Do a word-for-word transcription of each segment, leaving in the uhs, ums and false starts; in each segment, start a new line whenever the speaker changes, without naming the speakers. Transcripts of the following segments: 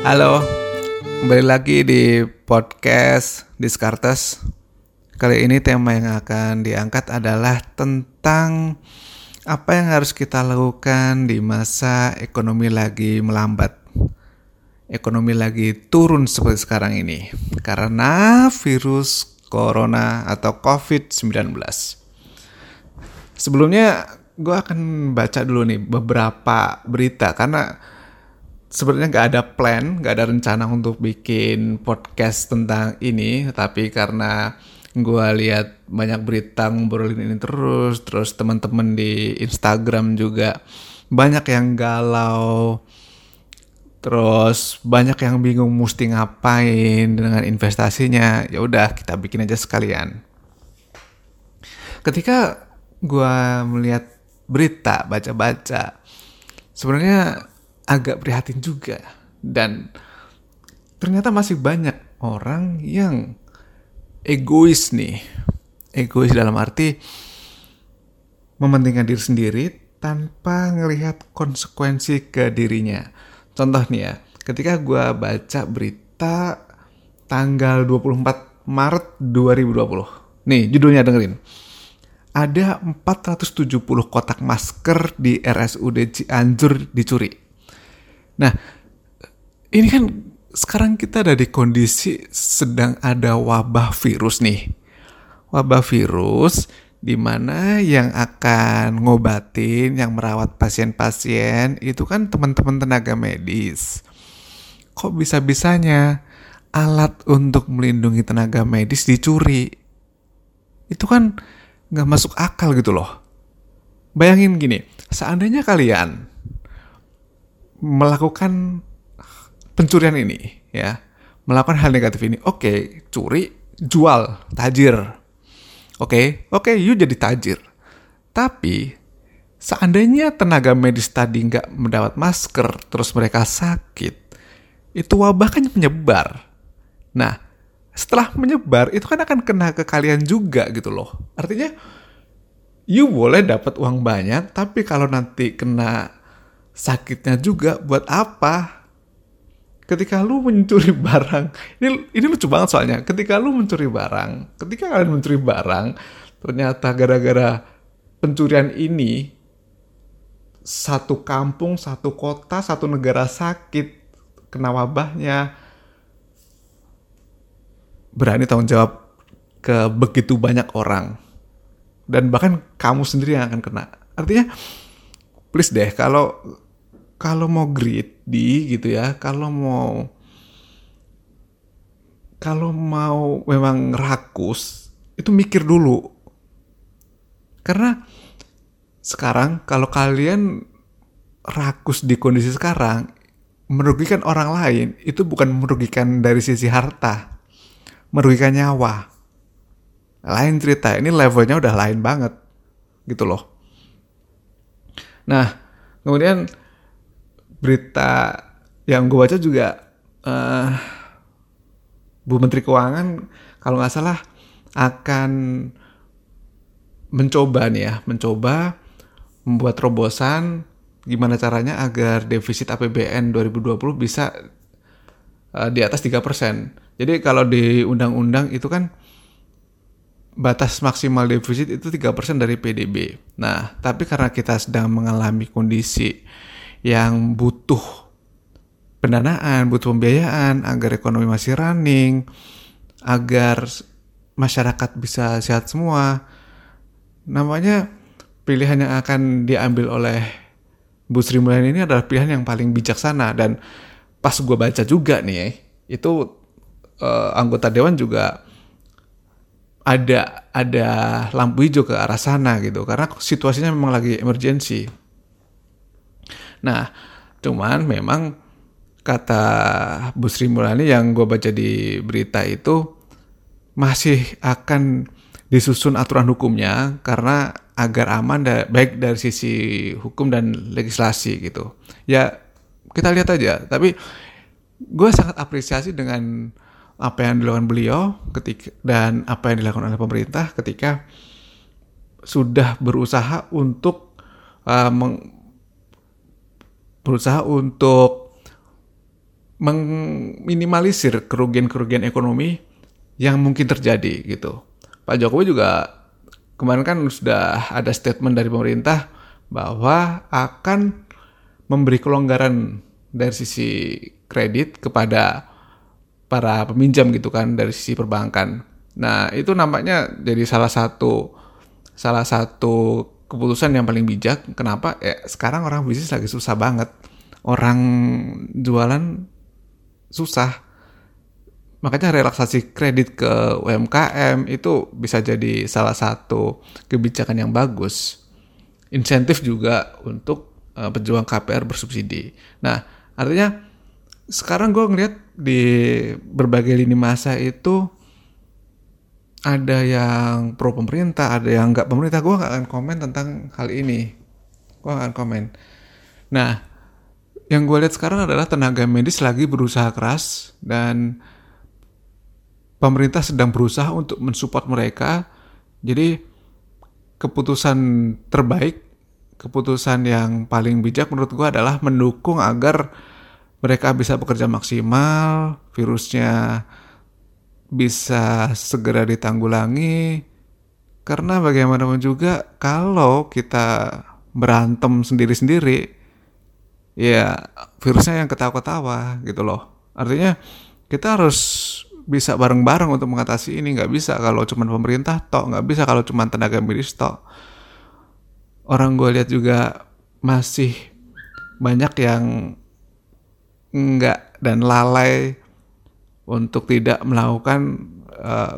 Halo, kembali lagi di podcast Diskartes. Kali ini tema yang akan diangkat adalah tentang apa yang harus kita lakukan di masa ekonomi lagi melambat. Ekonomi lagi turun seperti sekarang ini karena virus corona atau covid sembilan belas. Sebelumnya gue akan baca dulu nih beberapa berita karena sebenarnya nggak ada plan, nggak ada rencana untuk bikin podcast tentang ini, tapi karena gue lihat banyak berita ngobrolin ini terus, terus teman-teman di Instagram juga banyak yang galau, terus banyak yang bingung mesti ngapain dengan investasinya. Ya udah, kita bikin aja sekalian. Ketika gue melihat berita, baca-baca, sebenarnya agak prihatin juga, dan ternyata masih banyak orang yang egois nih. Egois dalam arti mementingkan diri sendiri tanpa ngelihat konsekuensi ke dirinya. Contoh nih ya, ketika gue baca berita tanggal dua puluh empat Maret dua ribu dua puluh. Nih judulnya, dengerin. Ada empat ratus tujuh puluh kotak masker di R S U D Cianjur dicuri. Nah, ini kan sekarang kita ada di kondisi sedang ada wabah virus nih. Wabah virus di mana yang akan ngobatin, yang merawat pasien-pasien itu kan teman-teman tenaga medis. Kok bisa-bisanya alat untuk melindungi tenaga medis dicuri? Itu kan gak masuk akal gitu loh. Bayangin gini, seandainya kalian melakukan pencurian ini, ya, melakukan hal negatif ini, oke, okay, curi, jual, tajir, oke, okay, oke, okay, you jadi tajir. Tapi seandainya tenaga medis tadi nggak mendapat masker, terus mereka sakit, itu wabah kan menyebar. Nah, setelah menyebar, itu kan akan kena ke kalian juga gitu loh. Artinya, you boleh dapat uang banyak, tapi kalau nanti kena sakitnya juga buat apa? Ketika lu mencuri barang, ini ini lucu banget soalnya. Ketika lu mencuri barang, ketika kalian mencuri barang, ternyata gara-gara pencurian ini satu kampung, satu kota, satu negara sakit, kena wabahnya, berani tanggung jawab ke begitu banyak orang, dan bahkan kamu sendiri yang akan kena. Artinya, please deh, kalau kalau mau greedy gitu ya, kalau mau kalau mau memang rakus, itu mikir dulu. Karena sekarang kalau kalian rakus di kondisi sekarang, merugikan orang lain, itu bukan merugikan dari sisi harta, merugikan nyawa. Lain cerita, ini levelnya udah lain banget gitu loh. Nah, kemudian berita yang gue baca juga, uh, Bu Menteri Keuangan kalau nggak salah akan mencoba nih ya, mencoba membuat terobosan gimana caranya agar defisit A P B N dua ribu dua puluh bisa uh, di atas tiga persen. Jadi kalau di undang-undang itu kan batas maksimal defisit itu tiga persen dari P D B. Nah, tapi karena kita sedang mengalami kondisi yang butuh pendanaan, butuh pembiayaan agar ekonomi masih running, agar masyarakat bisa sehat semua. Namanya pilihan yang akan diambil oleh Bu Sri Mulyani ini adalah pilihan yang paling bijaksana. Dan pas gue baca juga nih, itu uh, anggota dewan juga ada ada lampu hijau ke arah sana gitu, karena situasinya memang lagi emergensi. Nah, cuman memang kata Bu Sri Mulyani yang gue baca di berita itu masih akan disusun aturan hukumnya karena agar aman da- baik dari sisi hukum dan legislasi gitu. Ya kita lihat aja. Tapi gue sangat apresiasi dengan apa yang dilakukan beliau ketika dan apa yang dilakukan oleh pemerintah ketika sudah berusaha untuk uh, meng- berusaha untuk meminimalisir kerugian-kerugian ekonomi yang mungkin terjadi gitu. Pak Jokowi juga kemarin kan sudah ada statement dari pemerintah bahwa akan memberi kelonggaran dari sisi kredit kepada para peminjam gitu kan dari sisi perbankan. Nah, itu nampaknya jadi salah satu salah satu keputusan yang paling bijak. Kenapa? Ya, sekarang orang bisnis lagi susah banget. Orang jualan susah. Makanya relaksasi kredit ke U M K M itu bisa jadi salah satu kebijakan yang bagus. Insentif juga untuk uh, pejuang K P R bersubsidi. Nah, artinya sekarang gue ngeliat di berbagai lini masa itu ada yang pro pemerintah, ada yang nggak pemerintah. Gue nggak akan komen tentang hal ini. Gue nggak akan komen. Nah, yang gue lihat sekarang adalah tenaga medis lagi berusaha keras dan pemerintah sedang berusaha untuk mensupport mereka. Jadi keputusan terbaik, keputusan yang paling bijak menurut gue adalah mendukung agar mereka bisa bekerja maksimal, virusnya bisa segera ditanggulangi. Karena bagaimanapun juga kalau kita berantem sendiri-sendiri, ya virusnya yang ketawa-ketawa gitu loh. Artinya kita harus bisa bareng-bareng untuk mengatasi ini. Nggak bisa kalau cuma pemerintah tok, nggak bisa kalau cuma tenaga medis tok. Orang gue lihat juga masih banyak yang enggak dan lalai untuk tidak melakukan uh,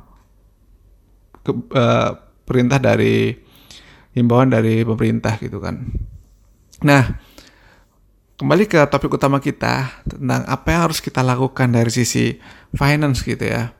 ke, uh, perintah dari himbauan dari pemerintah gitu kan. Nah, kembali ke topik utama kita tentang apa yang harus kita lakukan dari sisi finance gitu ya.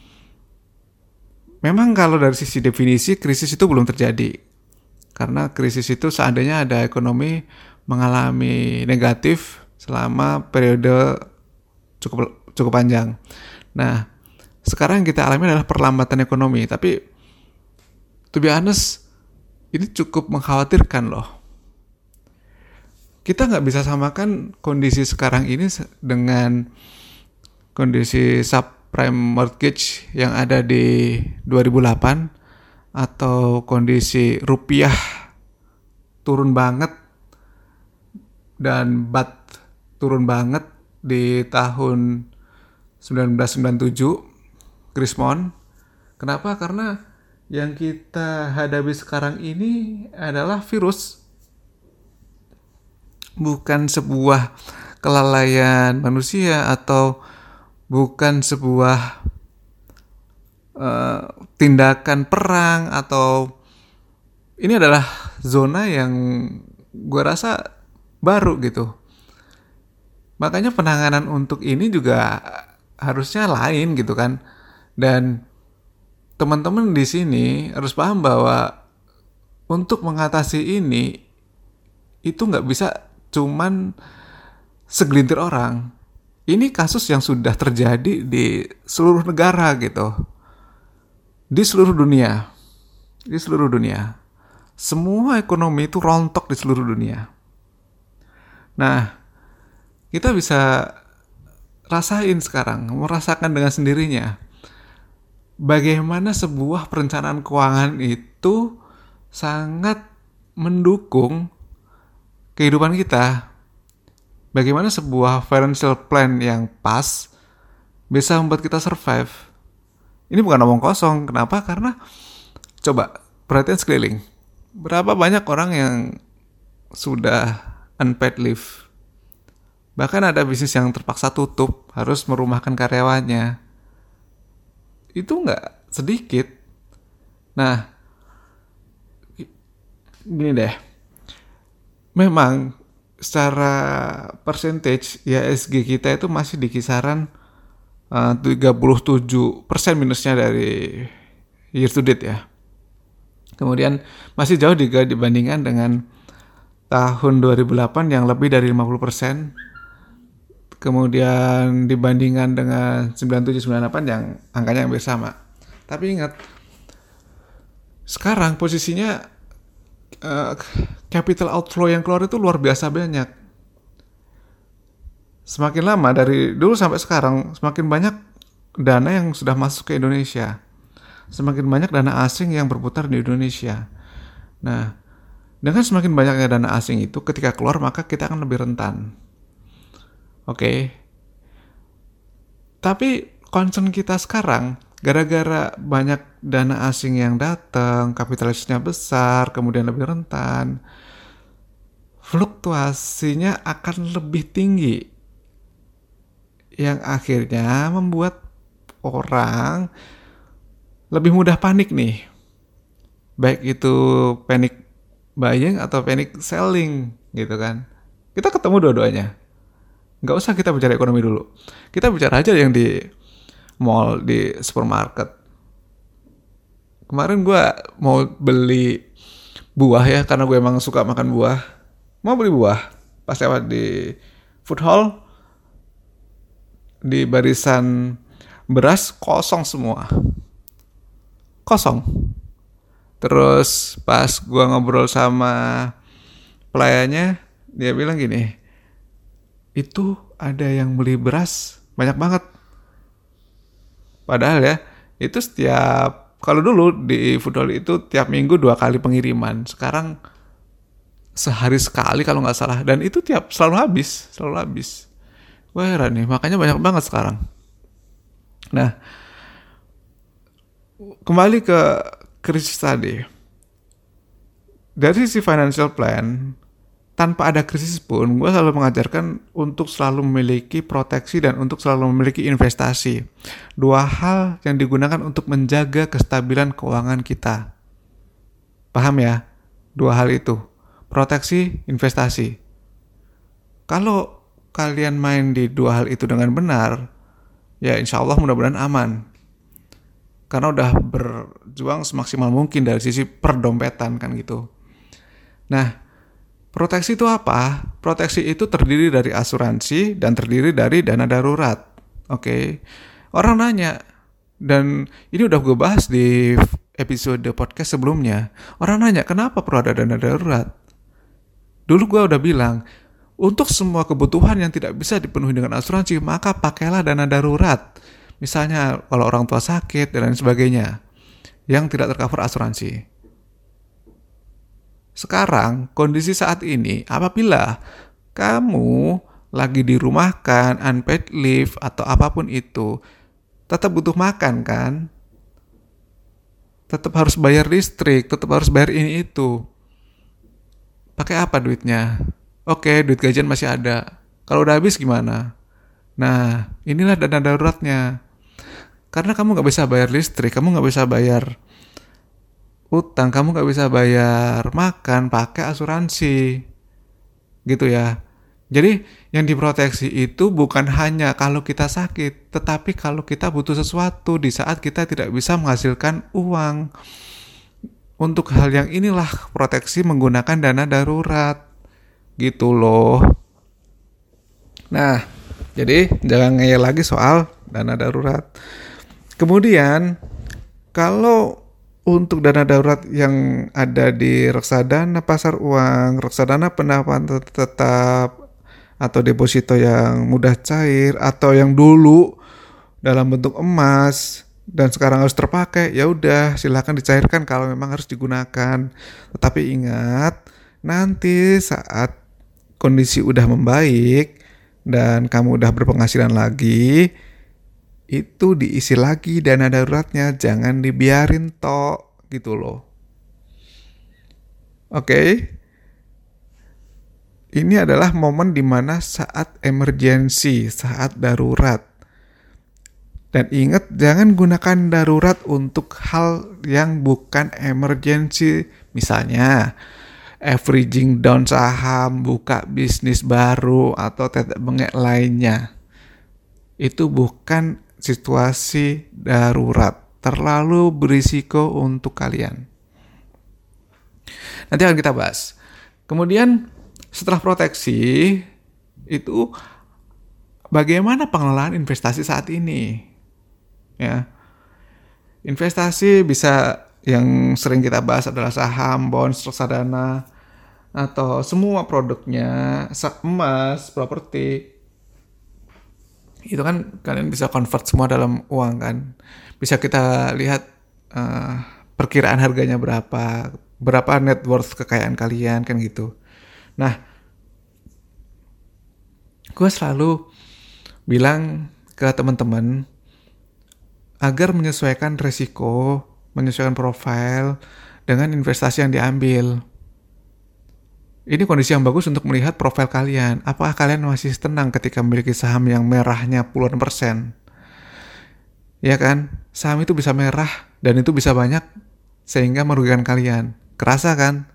Memang kalau dari sisi definisi krisis itu belum terjadi. Karena krisis itu seandainya ada ekonomi mengalami negatif selama periode cukup cukup panjang. Nah, sekarang yang kita alami adalah perlambatan ekonomi. Tapi to be honest, ini cukup mengkhawatirkan loh. Kita nggak bisa samakan kondisi sekarang ini dengan kondisi subprime mortgage yang ada di dua ribu delapan atau kondisi rupiah turun banget dan bat turun banget di tahun sembilan belas sembilan puluh tujuh Krismon. Kenapa? Karena yang kita hadapi sekarang ini adalah virus, bukan sebuah kelalaian manusia atau bukan sebuah uh, tindakan perang, atau ini adalah zona yang gue rasa baru gitu. Makanya penanganan untuk ini juga harusnya lain gitu kan. Dan teman-teman di sini harus paham bahwa untuk mengatasi ini itu nggak bisa cuman segelintir orang. Ini kasus yang sudah terjadi di seluruh negara gitu. Di seluruh dunia. Di seluruh dunia. Semua ekonomi itu rontok di seluruh dunia. Nah, kita bisa rasain sekarang, merasakan dengan sendirinya bagaimana sebuah perencanaan keuangan itu sangat mendukung kehidupan kita. Bagaimana sebuah financial plan yang pas bisa membuat kita survive. Ini bukan omong kosong. Kenapa? Karena coba perhatian sekeliling. Berapa banyak orang yang sudah unpaid leave. Bahkan ada bisnis yang terpaksa tutup, harus merumahkan karyawannya. Itu nggak sedikit. Nah, gini deh. Memang secara percentage I H S G kita itu masih di kisaran uh, tiga puluh tujuh persen minusnya dari year to date ya. Kemudian masih jauh juga dibandingkan dengan tahun dua ribu delapan yang lebih dari lima puluh persen. Kemudian dibandingkan dengan sembilan puluh tujuh sembilan puluh delapan yang angkanya hampir sama. Tapi ingat, sekarang posisinya uh, capital outflow yang keluar itu luar biasa banyak. semakin lama dari dulu sampai sekarang, semakin banyak dana yang sudah masuk ke Indonesia. Semakin banyak dana asing yang berputar di Indonesia. Nah, dengan semakin banyaknya dana asing itu, ketika keluar maka kita akan lebih rentan. Oke. Okay. Tapi concern kita sekarang, gara-gara banyak dana asing yang datang, kapitalisasinya besar, kemudian lebih rentan, fluktuasinya akan lebih tinggi. Yang akhirnya membuat orang lebih mudah panik nih. Baik itu panic buying atau panic selling gitu kan. Kita ketemu dua-duanya. Nggak usah kita bicara ekonomi dulu. Kita bicara aja yang di mall, di supermarket. Kemarin gue mau beli buah ya, karena gue emang suka makan buah. Mau beli buah. Pas lewat di food hall, di barisan beras kosong semua. Kosong. Terus pas gue ngobrol sama pelayannya, dia bilang gini, itu ada yang beli beras banyak banget. Padahal ya, itu setiap, kalau dulu di food hall itu tiap minggu dua kali pengiriman. Sekarang sehari sekali kalau nggak salah. Dan itu tiap selalu habis, selalu habis. Wah heran nih, makanya banyak banget sekarang. Nah, kembali ke krisis tadi. Dari sisi financial plan, tanpa ada krisis pun, gue selalu mengajarkan untuk selalu memiliki proteksi dan untuk selalu memiliki investasi. Dua hal yang digunakan untuk menjaga kestabilan keuangan kita. Paham ya? Dua hal itu. Proteksi, investasi. Kalau kalian main di dua hal itu dengan benar, ya insya Allah mudah-mudahan aman. Karena udah berjuang semaksimal mungkin dari sisi perdompetan kan gitu. Nah, proteksi itu apa? Proteksi itu terdiri dari asuransi dan terdiri dari dana darurat. Oke. Okay. Orang nanya, dan ini udah gue bahas di episode podcast sebelumnya. Orang nanya, kenapa perlu ada dana darurat? Dulu gue udah bilang, untuk semua kebutuhan yang tidak bisa dipenuhi dengan asuransi, maka pakailah dana darurat. Misalnya kalau orang tua sakit dan lain sebagainya, yang tidak tercover asuransi. Sekarang, kondisi saat ini, apabila kamu lagi dirumahkan, unpaid leave, atau apapun itu, tetap butuh makan kan? Tetap harus bayar listrik, tetap harus bayar ini itu. Pakai apa duitnya? Oke, duit gajian masih ada. Kalau udah habis gimana? Nah, inilah dana daruratnya. Karena kamu gak bisa bayar listrik, kamu gak bisa bayar utang, kamu gak bisa bayar makan, pakai asuransi. Gitu ya. Jadi yang diproteksi itu bukan hanya kalau kita sakit, tetapi kalau kita butuh sesuatu di saat kita tidak bisa menghasilkan uang. Untuk hal yang inilah proteksi menggunakan dana darurat. Gitu loh. Nah, jadi jangan ngeyel lagi soal dana darurat. Kemudian, kalau untuk dana darurat yang ada di reksadana pasar uang, reksadana pendapatan tetap, atau deposito yang mudah cair, atau yang dulu dalam bentuk emas dan sekarang harus terpakai, ya udah silakan dicairkan kalau memang harus digunakan. Tetapi ingat, nanti saat kondisi udah membaik dan kamu udah berpenghasilan lagi, itu diisi lagi dana daruratnya, jangan dibiarin tok gitu loh. Oke. Okay? Ini adalah momen dimana saat emergensi, saat darurat. Dan ingat, jangan gunakan darurat untuk hal yang bukan emergensi. Misalnya, averaging down saham, buka bisnis baru, atau tetek bengek lainnya. Itu bukan situasi darurat. Terlalu berisiko untuk kalian. Nanti akan kita bahas. Kemudian, setelah proteksi, itu bagaimana pengelolaan investasi saat ini? Ya, investasi bisa yang sering kita bahas adalah saham, bonds, reksadana, atau semua produknya, emas, properti. itu kan kalian bisa convert semua dalam uang kan. Bisa kita lihat uh, perkiraan harganya berapa, berapa net worth kekayaan kalian kan gitu. Nah, gue selalu bilang ke teman-teman agar menyesuaikan resiko, menyesuaikan profil dengan investasi yang diambil. Ini kondisi yang bagus untuk melihat profil kalian. Apakah kalian masih tenang ketika memiliki saham yang merahnya puluhan persen? Ya kan? Saham itu bisa merah dan itu bisa banyak sehingga merugikan kalian. Kerasa kan?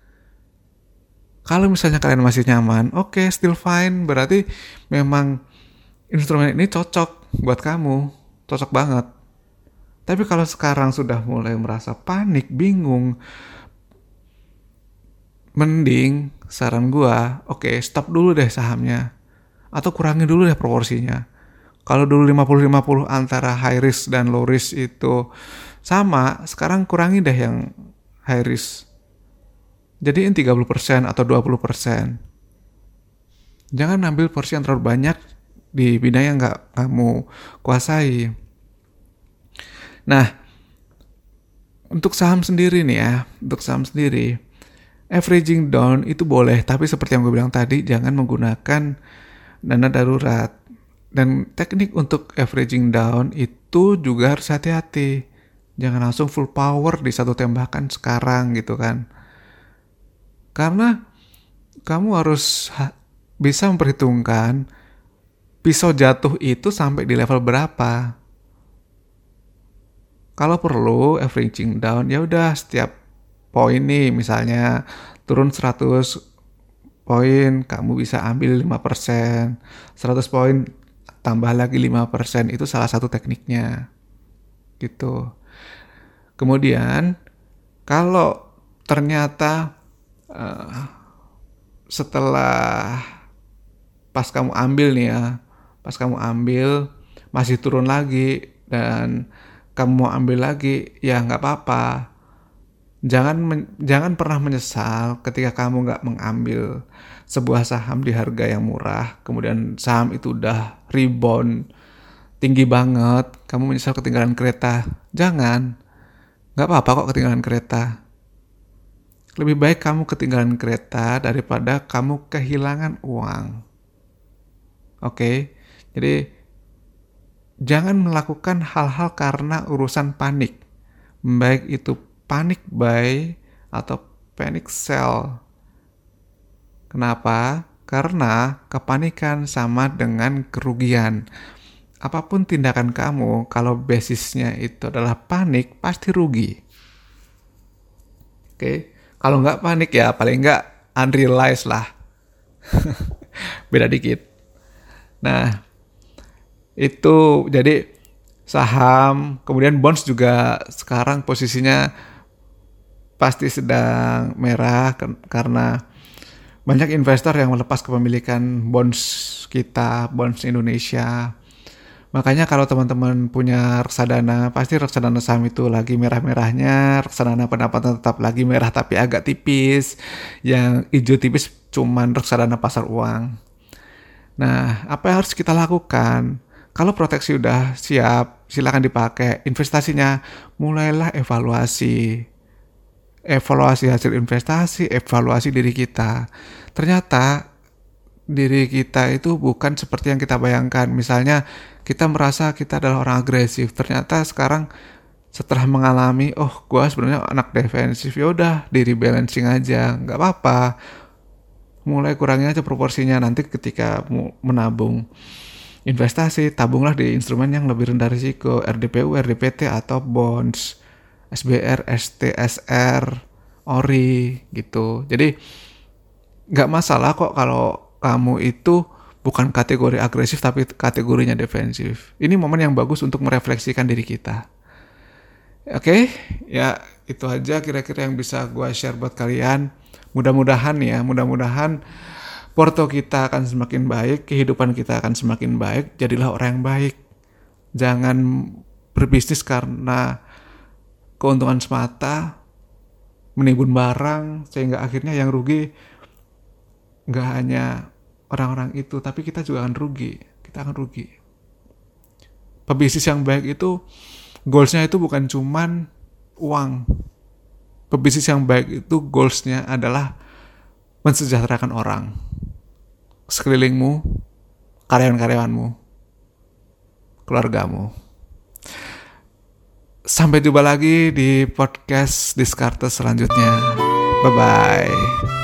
Kalau misalnya kalian masih nyaman, oke, okay, still fine. Berarti memang instrumen ini cocok buat kamu. Cocok banget. Tapi kalau sekarang sudah mulai merasa panik, bingung, mending saran gua, oke, okay, stop dulu deh sahamnya. Atau kurangi dulu deh proporsinya. Kalau dulu lima puluh lima puluh antara high risk dan low risk itu sama, sekarang kurangi deh yang high risk. Jadiin tiga puluh persen atau dua puluh persen. Jangan ambil porsi yang terlalu banyak di bidang yang nggak kamu kuasai. Nah, untuk saham sendiri nih ya, untuk saham sendiri, averaging down itu boleh, tapi seperti yang gue bilang tadi, jangan menggunakan dana darurat. Dan teknik untuk averaging down itu juga harus hati-hati. Jangan langsung full power di satu tembakan sekarang gitu kan. Karena kamu harus ha- bisa memperhitungkan pisau jatuh itu sampai di level berapa. Kalau perlu averaging down, ya udah setiap poin nih misalnya turun seratus poin, kamu bisa ambil lima persen. seratus poin tambah lagi lima persen, itu salah satu tekniknya. Gitu. Kemudian kalau ternyata uh, setelah pas kamu ambil nih ya, pas kamu ambil masih turun lagi dan kamu mau ambil lagi, ya nggak apa-apa. Jangan men- jangan pernah menyesal ketika kamu nggak mengambil sebuah saham di harga yang murah, kemudian saham itu udah rebound tinggi banget, kamu menyesal ketinggalan kereta. Jangan, nggak apa-apa kok ketinggalan kereta. Lebih baik kamu ketinggalan kereta daripada kamu kehilangan uang. Oke, okay? Jadi jangan melakukan hal-hal karena urusan panik. Baik itu panic buy atau panic sell. Kenapa? Karena kepanikan sama dengan kerugian. Apapun tindakan kamu, kalau basisnya itu adalah panik, pasti rugi. Oke, okay? Kalau nggak panik ya paling nggak unrealized lah. Beda dikit. Nah, itu jadi saham, kemudian bonds juga sekarang posisinya pasti sedang merah karena banyak investor yang melepas kepemilikan bonds kita, bonds Indonesia. Makanya kalau teman-teman punya reksadana, pasti reksadana saham itu lagi merah-merahnya, reksadana pendapatan tetap lagi merah tapi agak tipis, yang hijau tipis cuman reksadana pasar uang. Nah, apa yang harus kita lakukan? Kalau proteksi udah siap, silakan dipakai. Investasinya mulailah evaluasi. Evaluasi hasil investasi, evaluasi diri kita. Ternyata diri kita itu bukan seperti yang kita bayangkan. Misalnya kita merasa kita adalah orang agresif. Ternyata sekarang setelah mengalami, oh gue sebenarnya anak defensif, ya udah di rebalancing aja, nggak apa-apa. Mulai kurangin aja proporsinya. Nanti ketika menabung investasi, tabunglah di instrumen yang lebih rendah risiko, R D P U, R D P T atau bonds, S B R, S T S R, O R I gitu. Jadi nggak masalah kok kalau kamu itu bukan kategori agresif tapi kategorinya defensif. Ini momen yang bagus untuk merefleksikan diri kita. Oke, okay? Ya itu aja kira-kira yang bisa gue share buat kalian. Mudah-mudahan ya, mudah-mudahan porto kita akan semakin baik, kehidupan kita akan semakin baik, jadilah orang yang baik. Jangan berbisnis karena keuntungan semata, menimbun barang, sehingga akhirnya yang rugi nggak hanya orang-orang itu, tapi kita juga akan rugi. Kita akan rugi. Pebisnis yang baik itu goalsnya itu bukan cuman uang. Pebisnis yang baik itu goalsnya adalah mensejahterakan orang, sekelilingmu, karyawan-karyawanmu, keluargamu. Sampai jumpa lagi di podcast Descartes selanjutnya. Bye-bye.